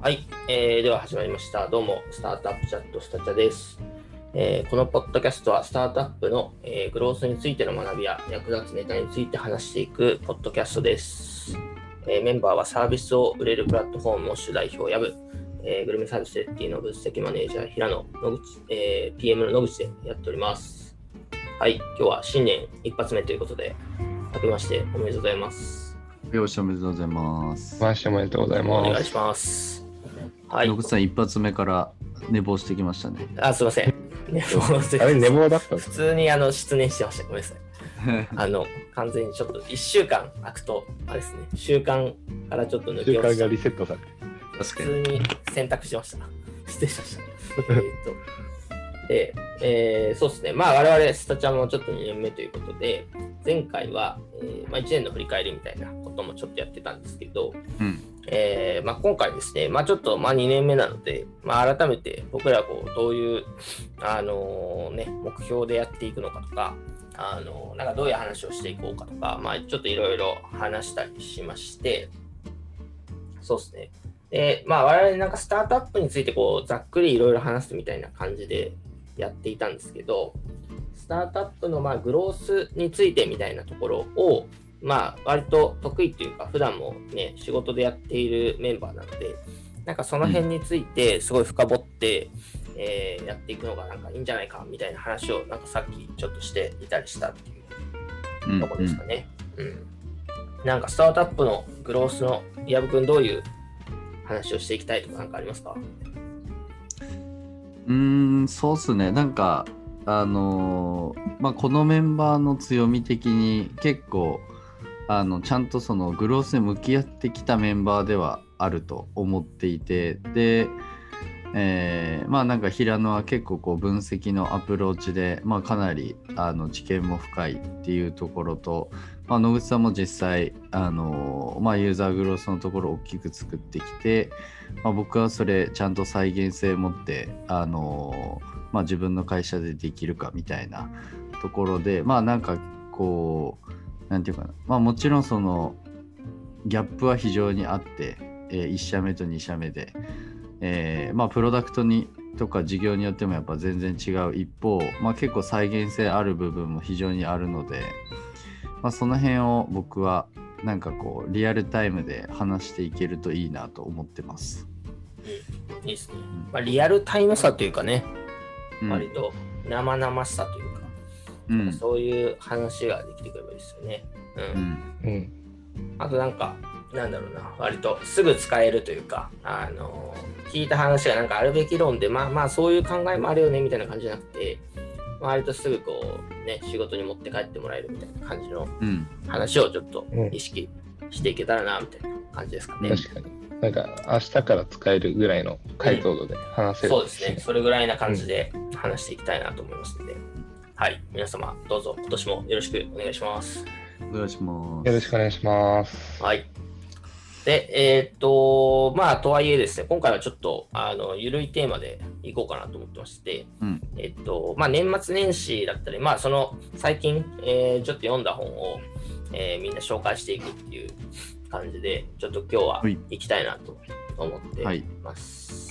はい、では始まりました。どうも、スタートアップチャットスタチャです。このポッドキャストはスタートアップの、グロースについての学びや役立つネタについて話していくポッドキャストです。メンバーはサービスを売れるプラットフォームを主代表やぶ、グルメサービスレッティの分析マネージャー平野、野口、PM の野口でやっております。はい、今日は新年一発目ということで、明けましておめでとうございます。 よし、おめでとうございます。 おめでとうございます。 お願いします。 はい、野口さん一発目から寝坊してきましたね。 すいません。寝坊あれ寝坊だったんですか？普通に失念してました。ごめんなさい。完全にちょっと1週間空くと、あれですね、習慣からちょっと抜け落ちた。 習慣がリセットされて。 普通に選択しました。失礼しました。で、そうですね、まあ我々スタチャもちょっと2年目ということで、前回は、1年の振り返りみたいなこともちょっとやってたんですけど、今回ですね、ちょっと2年目なので、改めて僕らどういう、目標でやっていくのかとか、なんかどういう話をしていこうかとか、ちょっといろいろ話したりしまして、そうですね。で、我々なんかスタートアップについてざっくりいろいろ話すみたいな感じでやっていたんですけど、スタートアップのグロースについてみたいなところを、割と得意というか、普段もね、仕事でやっているメンバーなので、なんかその辺についてすごい深掘って、やっていくのがなんかいいんじゃないかみたいな話をなんかさっきちょっとしていたりしたっていうところですかね。なんかスタートアップのグロースの矢部くんどういう話をしていきたいとかなんかありますか？ そうっすね。なんかこのメンバーの強み的に結構ちゃんとそのグロースに向き合ってきたメンバーではあると思っていて、で、なんか平野は結構分析のアプローチで、かなり知見も深いっていうところと、野口さんも実際ユーザーグロースのところを大きく作ってきて、僕はそれちゃんと再現性持って自分の会社でできるかみたいなところで、なんかなんていうかな、もちろんそのギャップは非常にあって、1社目と2社目で、プロダクトにとか事業によってもやっぱ全然違う一方、結構再現性ある部分も非常にあるので、その辺を僕はなんかリアルタイムで話していけるといいなと思ってます。 いいですね。リアルタイムさというかね、割と生々しさというか、そういう話ができてくればいいですよね。あとなんかなんだろうな、割とすぐ使えるというか、聞いた話がなんかあるべき論で、そういう考えもあるよねみたいな感じじゃなくて、割とすぐ仕事に持って帰ってもらえるみたいな感じの話をちょっと意識していけたらなみたいな感じですかね。 確かに。なんか明日から使えるぐらいの解像度で話せる、 そうですね。それぐらいな感じで話していきたいなと思いますので、はい、皆様どうぞ今年もよろしくお願いします。 お願いします。 よろしくお願いします。 はい。で、とはいえですね、今回はちょっとゆるいテーマでいこうかなと思ってまして、年末年始だったり、その最近、ちょっと読んだ本を、みんな紹介していくっていう感じで、ちょっと今日は行きたいなと思っています。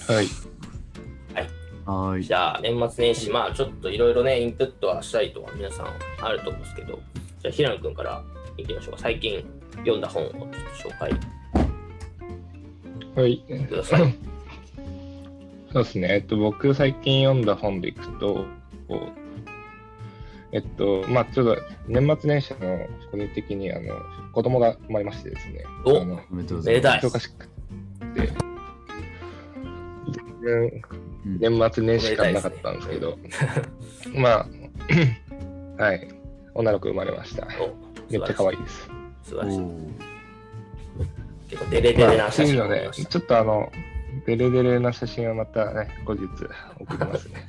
はい。 はい。 じゃあ、年末年始、ちょっといろいろね、インプットはしたいとは皆さんあると思うんですけど、じゃあ、平野くんからいきましょうか。最近読んだ本をちょっと紹介。 はい。そうですね。僕最近読んだ本でいくと、ちょっと年末年始の個人的に子供が生まれましてですね。 おめでとうございます。 忙しくて、年末年始感なかったんですけど、はい、女の子生まれました。めっちゃ可愛いです。 素晴らしい。結構デレデレな写真をね、ちょっとデレデレな写真はまたね、後日送りますね。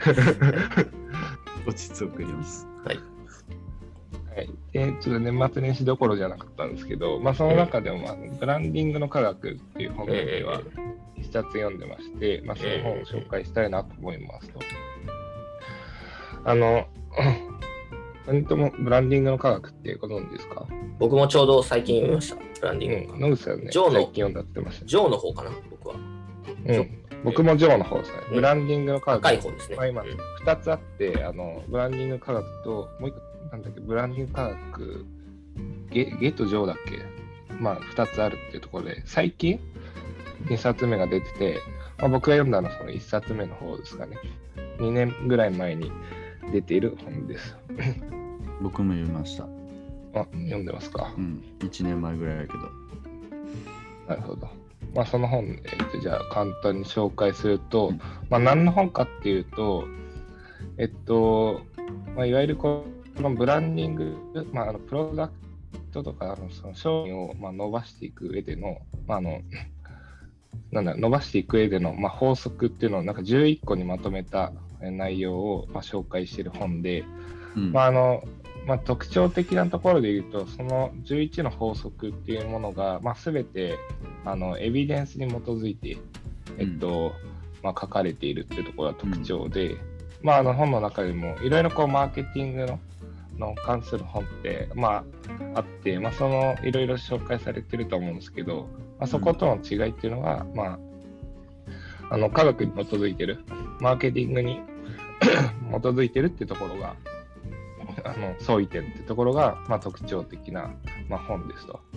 後日送ります。 はい。 はい。で、ちょっと年末年始どころじゃなかったんですけど、その中でも、ブランディングの科学っていう本では一冊読んでまして、その本を紹介したいなと思いますと。何ともブランディングの科学ってご存知ですか？ 僕もちょうど最近読みました。ブランディングの科学。 野口さんね、 ジョーの最近読んだって言ってました。 ジョーの方かな、僕は。 僕もジョーの方ですね。ブランディングの科学。 赤い方ですね。 今、2つあって、ブランディング科学と、もう1個、なんだっけ、ブランディング科学、ゲとジョーだっけ、まあ、2つあるっていうところで、最近、2冊目が出てて、まあ、僕が読んだのはその1冊目の方ですかね。2年ぐらい前に出ている本です。 僕も読みました。 読んでますか。 1年前ぐらいだけど。 なるほど。まあ、その本、じゃあ簡単に紹介すると、まあ、何の本かっていうと、まあ、いわゆるこのブランディング、まあ、プロダクトとかその商品をまあ伸ばしていく上での、まあ、伸ばしていく上での、まあ、法則っていうのをなんか11個にまとめた内容をまあ紹介している本で、まあ、特徴的なところで言うと、その11の法則っていうものが、まあ、全てエビデンスに基づいて、まあ、書かれているっていうところが特徴で、まあ、本の中でもいろいろこうマーケティングの関する本って、まあ、あって、まあ、そのいろいろ紹介されてると思うんですけど、まあ、そことの違いっていうのが、まあ、科学に基づいてる、マーケティングに基づいてるっていうところが、相違点っていうところが、まあ、特徴的な、まあ、本ですと。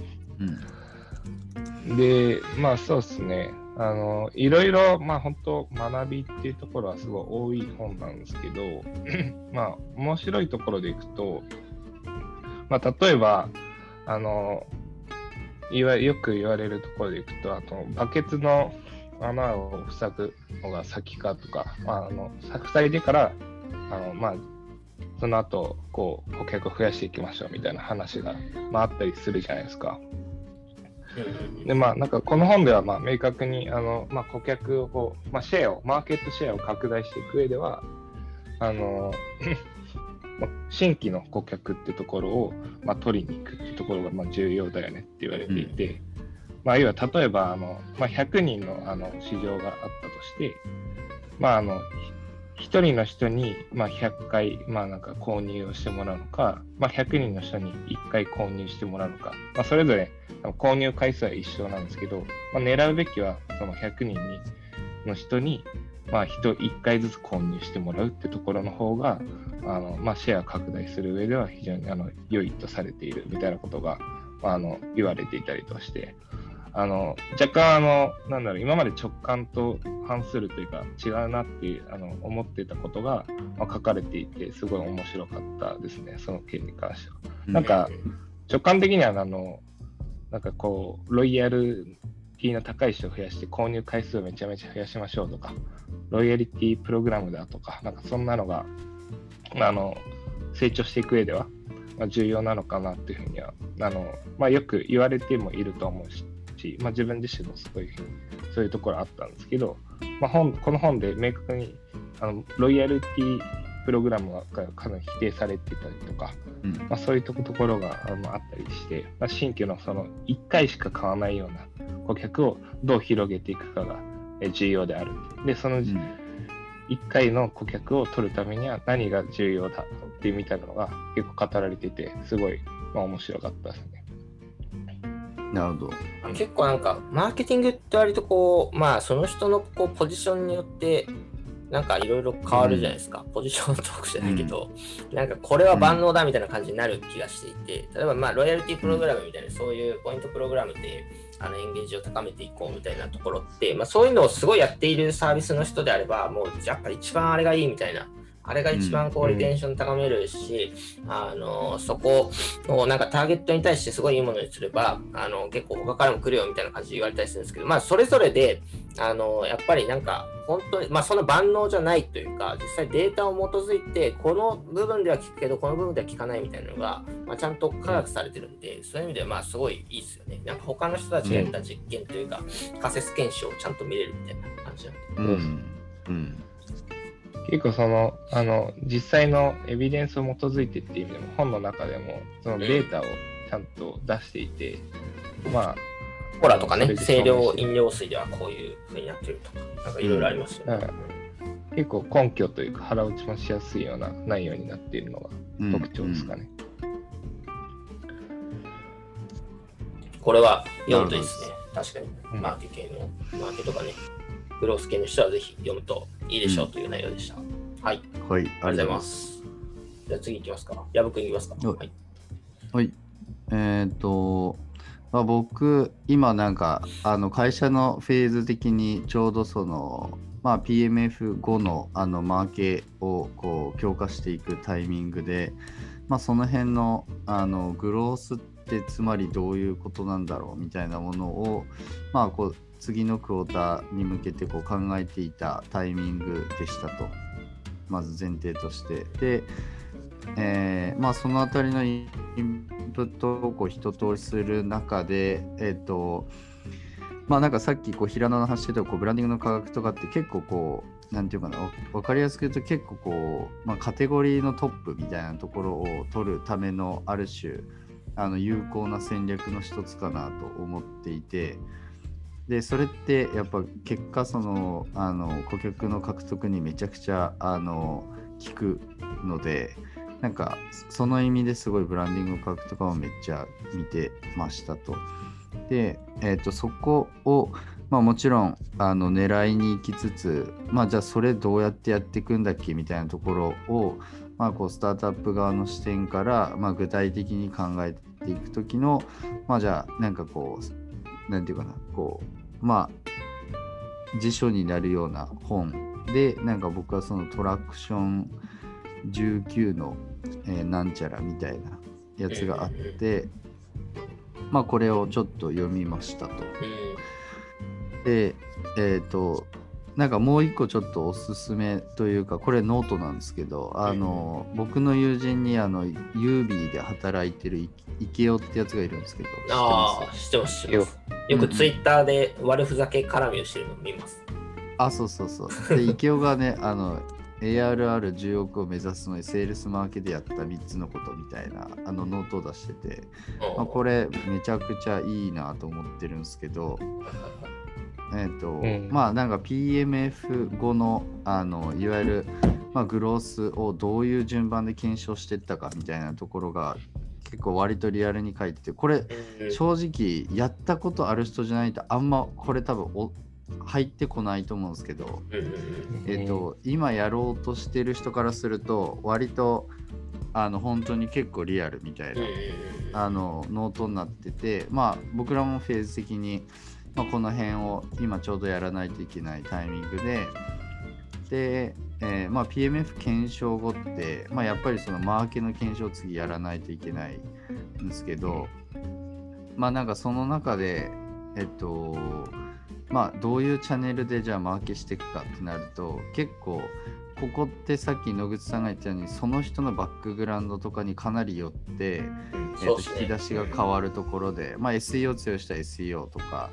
で、まあそうですね、いろいろ、まあ本当学びっていうところはすごい多い本なんですけど、まあ面白いところでいくと、まあ例えば、よく言われるところでいくと、バケツの穴を塞ぐのが先かとか、塞いでから、まあその後、こう、顧客を増やしていきましょうみたいな話が、まあ、あったりするじゃないですか。で、まあ、なんかこの本では、まあ、明確に、まあ、顧客をこう、まあ、マーケットシェアを拡大していく上では、新規の顧客っていうところを、まあ、取りに行くっていうところが、まあ、重要だよねって言われていて、まあ、要は、例えば、まあ、100人の、市場があったとして、まあ、1人の人に、まあ、100回、まあ、なんか購入をしてもらうのか、まあ、100人の人に1回購入してもらうのか、まあ、それぞれ購入回数は一緒なんですけど、まあ、狙うべきはその100人の人に、まあ、1回ずつ購入してもらうってところの方が、まあ、シェア拡大する上では非常に良いとされているみたいなことが、言われていたりとして、若干なんだろう、今まで直感と反するというか違うなっていう思ってたことが、まあ、書かれていてすごい面白かったですね、その件に関しては。なんか直感的にはなんかこうロイヤルティの高い人を増やして購入回数をめちゃめちゃ増やしましょうとか、ロイヤリティプログラムだとか、なんかそんなのが成長していく上では、まあ、重要なのかなっていうふうにはまあ、よく言われてもいると思うし、まあ、自分自身もすごいそういうところあったんですけど、まあ、この本で明確にロイヤリティプログラムがかなり否定されてたりとか、まあ、そういうところがあったりして、まあ、新規のその1回しか買わないような顧客をどう広げていくかが重要である。で、その1回の顧客を取るためには何が重要だっていうみたいなのが結構語られていて、すごい、まあ、面白かったですね。 なるほど。 結構なんかマーケティングって割とこう、まあその人のこうポジションによってなんかいろいろ変わるじゃないですか、ポジショントークじゃないけど、なんかこれは万能だみたいな感じになる気がしていて、例えばまあロイヤリティプログラムみたいなそういうポイントプログラムでエンゲージを高めていこうみたいなところって、まあ、そういうのをすごいやっているサービスの人であればもうやっぱり一番あれがいいみたいな、あれが一番こうリテンション高めるし、そこをなんかターゲットに対してすごいいいものにすれば結構他からも来るよみたいな感じで言われたりするんですけど、まあそれぞれでやっぱりなんか本当にまあその万能じゃないというか、実際データを基づいてこの部分では効くけどこの部分では効かないみたいなのが、まあ、ちゃんと科学されてるんで、そういう意味ではまあすごいいいですよね。なんか他の人たちがやった実験というか、仮説検証をちゃんと見れるみたいな感じなんで。 結構その実際のエビデンスを基づいてっていう意味でも本の中でもそのデータをちゃんと出していて、まあコーラとかね、清涼飲料水ではこういう風になってるとか、なんかいろいろありますよね。 結構根拠というか腹落ちもしやすいような内容になっているのが特徴ですかね。 これは読むといいですね。確かにマーケ系のマーケとかね。 グロース系の人はぜひ読むといいでしょうという内容でした。はい。 はい、ありがとうございます。じゃあ次行きますか。矢部君行きますか。はい。 はい。僕、今なんか、会社のフェーズ的にちょうどその、PMF5 のマーケをこう強化していくタイミングで、その辺のグロースってつまりどういうことなんだろうみたいなものを、こう次のクォーターに向けてこう考えていたタイミングでしたと、まず前提として。で、そのあたりのインプットをこう一通りする中で、なんかさっきこう平野の話してたこうブランディングの価格とかって結構こうなんていうかな、分かりやすく言うと結構こう、カテゴリーのトップみたいなところを取るためのある種有効な戦略の一つかなと思っていて、でそれってやっぱ結果その顧客の獲得にめちゃくちゃ効くので、なんかその意味ですごいブランディングの価格とかをめっちゃ見てましたと。で、そこを、もちろん狙いに行きつつ、じゃあそれどうやってやっていくんだっけみたいなところを、こうスタートアップ側の視点から、具体的に考えていくときの、じゃあなんかこうなんていうかな、こう辞書になるような本で、なんか僕はそのトラクション19の、なんちゃらみたいなやつがあって、これをちょっと読みましたと。で、なんかもう一個ちょっとおすすめというか、これノートなんですけど、僕の友人にユービーで働いてる池尾ってやつがいるんですけど、知ってます？ 知ってます。よくツイッターで悪ふざけ絡みをしてるのを見ます。 そう。で、池尾がね、ARR10 億を目指すのにセールスマーケでやった3つのことみたいなノートを出してて、これめちゃくちゃいいなと思ってるんですけど、なんか PMF5 のいわゆる、グロースをどういう順番で検証していったかみたいなところが結構割とリアルに書いてて、これ正直やったことある人じゃないとあんまこれ多分入ってこないと思うんですけど、今やろうとしてる人からすると割と本当に結構リアルみたいなノートになってて、僕らもフェーズ的に、この辺を今ちょうどやらないといけないタイミングで、PMF 検証後って、やっぱりそのマーケの検証を次やらないといけないんですけど、なんかその中でどういうチャンネルでじゃあマーケしていくかってなると、結構ここってさっき野口さんが言ったようにその人のバックグラウンドとかにかなりよって、引き出しが変わるところで、SEO 強い人は SEO とか、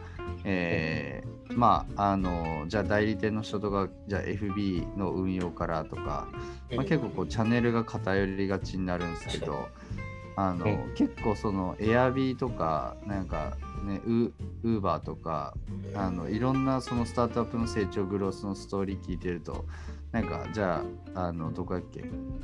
じゃあ代理店の人とかじゃあ FB の運用からとか、結構こうチャンネルが偏りがちになるんですけど、結構その Airb とかなんかね、Uber とかいろんなそのスタートアップの成長グロースのストーリー聞いてると、なんかじゃあどこだっけ、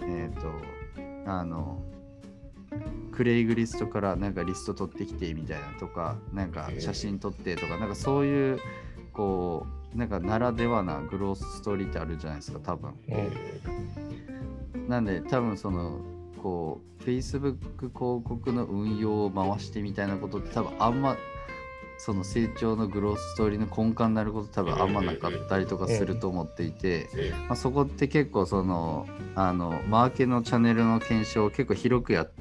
クレイグリストからなんかリスト取ってきてみたいなとか、なんか写真撮ってとか、なんかそういうこうなんかならではなグロースストーリーってあるじゃないですか多分。なんで多分そのこう Facebook 広告の運用を回してみたいなことって多分あんまその成長のグロースストーリーの根幹になること多分あんまなかったりとかすると思っていて、そこって結構そのマーケのチャンネルの検証を結構広くやって、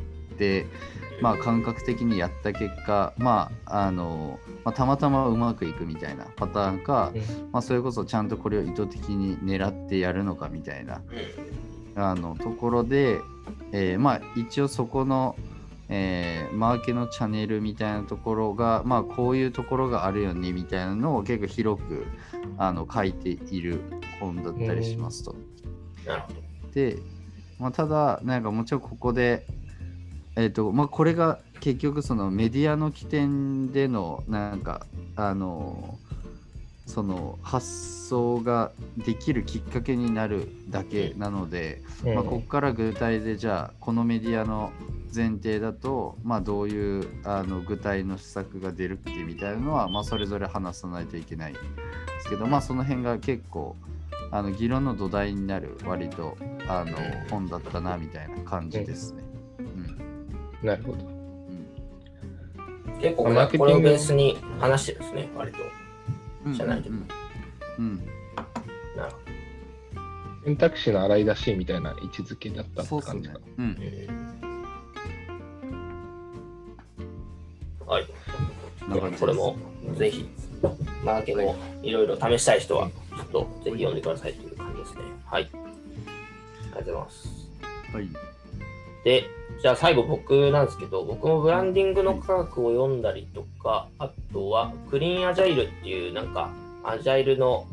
感覚的にやった結果、たまたまうまくいくみたいなパターンか、それこそちゃんとこれを意図的に狙ってやるのかみたいなところで、一応そこのマーケのチャンネルみたいなところが、こういうところがあるよねみたいなのを結構広く書いている本だったりしますと。で、ただなんかもちろんここでこれが結局そのメディアの起点でのなんかその発想ができるきっかけになるだけなので、ここから具体でじゃあこのメディアの前提だと、まあ、どういう具体の施策が出るっけみたいなのは、まあ、それぞれ話さないといけないんですけど、まあ、その辺が結構議論の土台になる割と本だったなみたいな感じですね。 なるほど。 結構これをベースに話してるんですね、割と。社内でも。なるほど。 選択肢の洗い出しみたいな位置づけだったって感じか。 はい。これもぜひ、マーケもいろいろ試したい人は、ちょっとぜひ読んでくださいという感じですね。はい。ありがとうございます。 はい。 で、じゃあ最後僕なんですけど、僕もブランディングの科学を読んだりとか、あとはクリーンアジャイルっていうなんかアジャイルの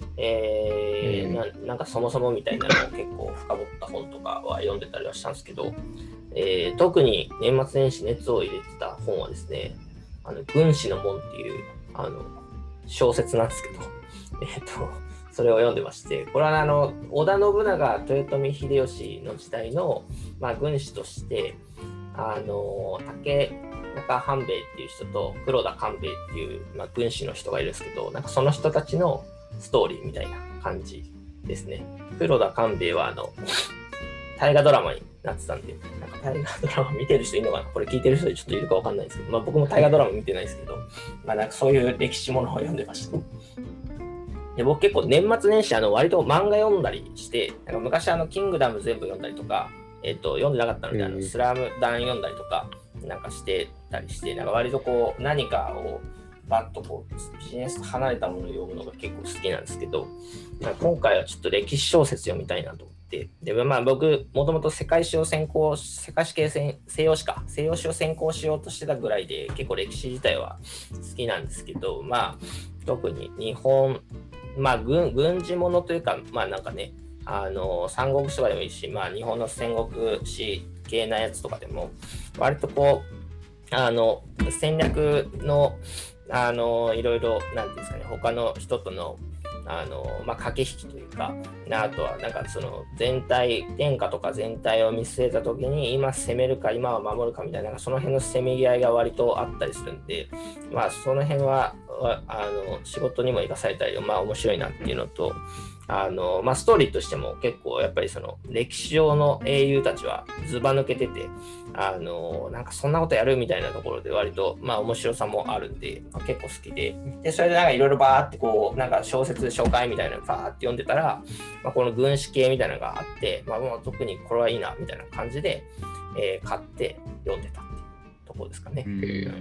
なんかそもそもみたいなのを結構深掘った本とかは読んでたりはしたんですけど、特に年末年始熱を入れてた本はですね、軍師の門っていう小説なんですけど、それを読んでまして、これは織田信長、豊臣秀吉の時代の、まあ、軍師として、竹中半兵衛っていう人と黒田官兵衛っていう、まあ、軍師の人がいるんですけど、なんかその人たちのストーリーみたいな感じですね。黒田官兵衛は大河ドラマになってたんで、なんか大河ドラマ見てる人いるのかな、これ聞いてる人ちょっといるかわかんないですけど、まあ、僕も大河ドラマ見てないですけど、まあ、なんかそういう歴史ものを読んでました。で僕結構年末年始割と漫画読んだりして、なんか昔キングダム全部読んだりとか、読んでなかったのでスラムダン読んだりとかなんかしてたりして、なんか割とこう何かをバッとこうビジネスと離れたものを読むのが結構好きなんですけど、まあ、今回はちょっと歴史小説読みたいなと思って、でまあ僕もともと世界史系西洋史を専攻しようとしてたぐらいで結構歴史自体は好きなんですけど、まあ特に日本まあ軍事ものというか、まあなんかね、三国志とかでもいいし、まあ日本の戦国史系なやつとかでも、割とこう、戦略の、いろいろ、なんていうんですかね、他の人との、まあ駆け引きというか、あとはなんかその天下とか全体を見据えたときに、今攻めるか、今は守るかみたいな、その辺のせめぎ合いが割とあったりするんで、まあその辺は、仕事にも生かされたり、まあ面白いなっていうのと、まあストーリーとしても結構やっぱりその歴史上の英雄たちはずば抜けてて、なんかそんなことやるみたいなところで割とまあ面白さもあるんで、まあ、結構好きで、それでなんかいろいろバーってこうなんか小説紹介みたいなのバーって読んでたら、まあ、この軍師系みたいなのがあって、まあもう特にこれはいいなみたいな感じで、買って読んでたっていうところですかね。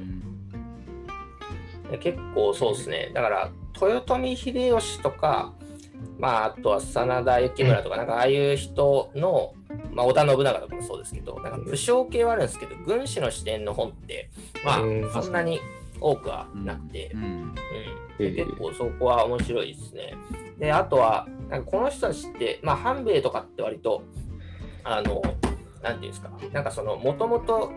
結構そうですね。だから豊臣秀吉とか、まああとは真田幸村とかなんかああいう人の、まあ織田信長とかもそうですけど、なんか武将系はあるんですけど、軍師の視点の本ってまあそんなに多くはなくて、結構そこは面白いですね。であとはなんかこの人たちってまあ半兵衛とかって割となんていうんですか、なんかそのもともと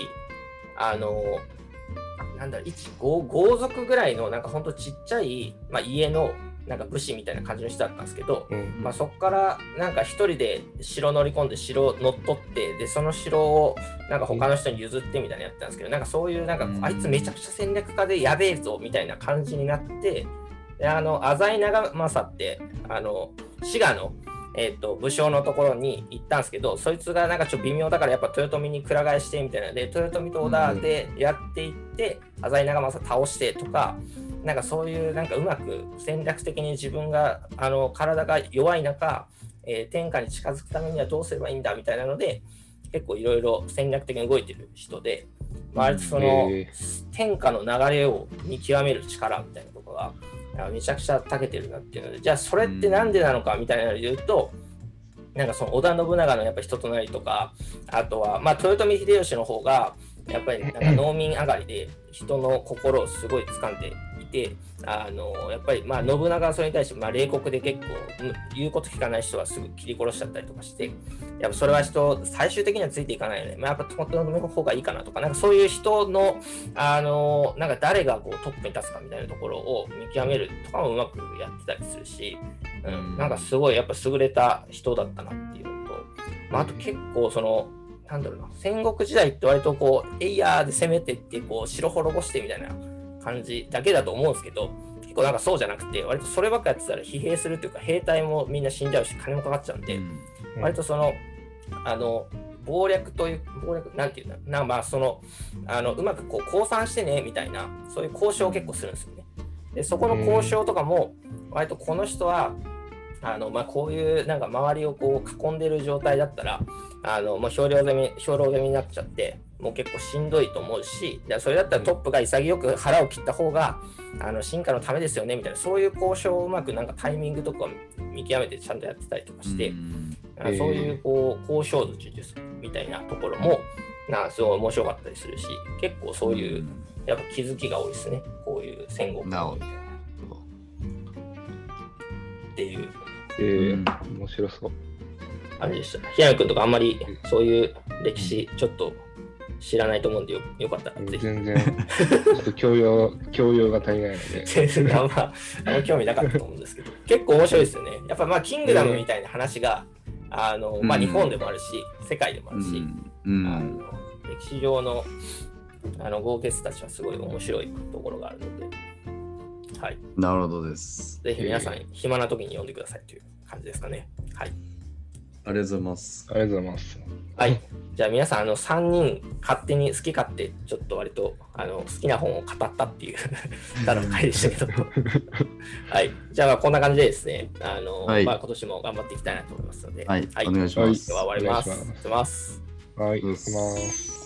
豪族ぐらいのなんかほんとちっちゃい、まあ、家のなんか武士みたいな感じの人だったんですけど、まあ、そこからなんか一人で城乗り込んで城乗っ取って、でその城をなんか他の人に譲ってみたいなやってたんですけど、なんかそういうなんかあいつめちゃくちゃ戦略家でやべえぞみたいな感じになって、で浅井長政って滋賀の武将のところに行ったんですけど、そいつがなんかちょっと微妙だからやっぱ豊臣にくら替えしてみたいなので、豊臣と織田でやっていって、浅井長政倒してとか、なんかそういうなんかうまく戦略的に自分が体が弱い中、天下に近づくためにはどうすればいいんだみたいなので、結構いろいろ戦略的に動いてる人で、割とその天下の流れを見極める力みたいなところがめちゃくちゃ長けてるなっていうので、じゃあそれってなんでなのかみたいなので言うと、なんかその織田信長のやっぱ人となりとか、あとはまあ豊臣秀吉の方がやっぱりなんか農民上がりで人の心をすごい掴んでいて、やっぱりまあ信長はそれに対してまあ冷酷で結構言うこと聞かない人はすぐ切り殺しちゃったりとかして、やっぱそれは最終的にはついていかないよね、まあ、やっぱ豊臣の方がいいかなとか、なんかそういう人のなんか誰がこうトップに立つかみたいなところを見極めるとかもうまくやってたりするし、なんかすごいやっぱ優れた人だったなっていうのと、まあ、あと結構そのなんだろうな、戦国時代って割とこう、エイヤーで攻めてって、こう、城滅ぼしてみたいな感じだけだと思うんですけど、結構なんかそうじゃなくて、割とそればっかやってたら疲弊するというか、兵隊もみんな死んじゃうし、金もかかっちゃうんで、割とその、謀略という、なんていうんだろうな、まあ、その、うまくこう、降参してね、みたいな、そういう交渉を結構するんですよね。で、そこの交渉とかも、割とこの人は、まあ、こういうなんか周りをこう囲んでる状態だったら、もう兵糧攻めになっちゃって、もう結構しんどいと思うし、それだったらトップが潔く腹を切った方が、進化のためですよねみたいな、そういう交渉をうまくなんかタイミングとかを見極めてちゃんとやってたりとかして、そういうこう交渉術みたいなところも、すごい面白かったりするし、結構そういうやっぱ気づきが多いですね、こういう戦国みたいな。っていう。 面白そう。 感じでした。平野君とかあんまりそういう歴史ちょっと知らないと思うんでよかったらぜひ。 全然ちょっと教養が足りないので。 あんま興味なかったと思うんですけど、結構面白いですよね。やっぱまあキングダムみたいな話が、まあ日本でもあるし、世界でもあるし、歴史上の豪傑たちはすごい面白いところがあるので。はい、 なるほどです。 ぜひ皆さん、暇な時に読んでくださいという感じですかね。はい。 ありがとうございます。 ありがとうございます。 はい。じゃあ皆さん、3人勝手に好き勝手、ちょっと割と好きな本を語ったっていうただの回でしたけど。はい。じゃあこんな感じでですね、はい、まあ、今年も頑張っていきたいなと思いますので、 はい。はい、お願いします。 今日は終わります。 はい。行きます。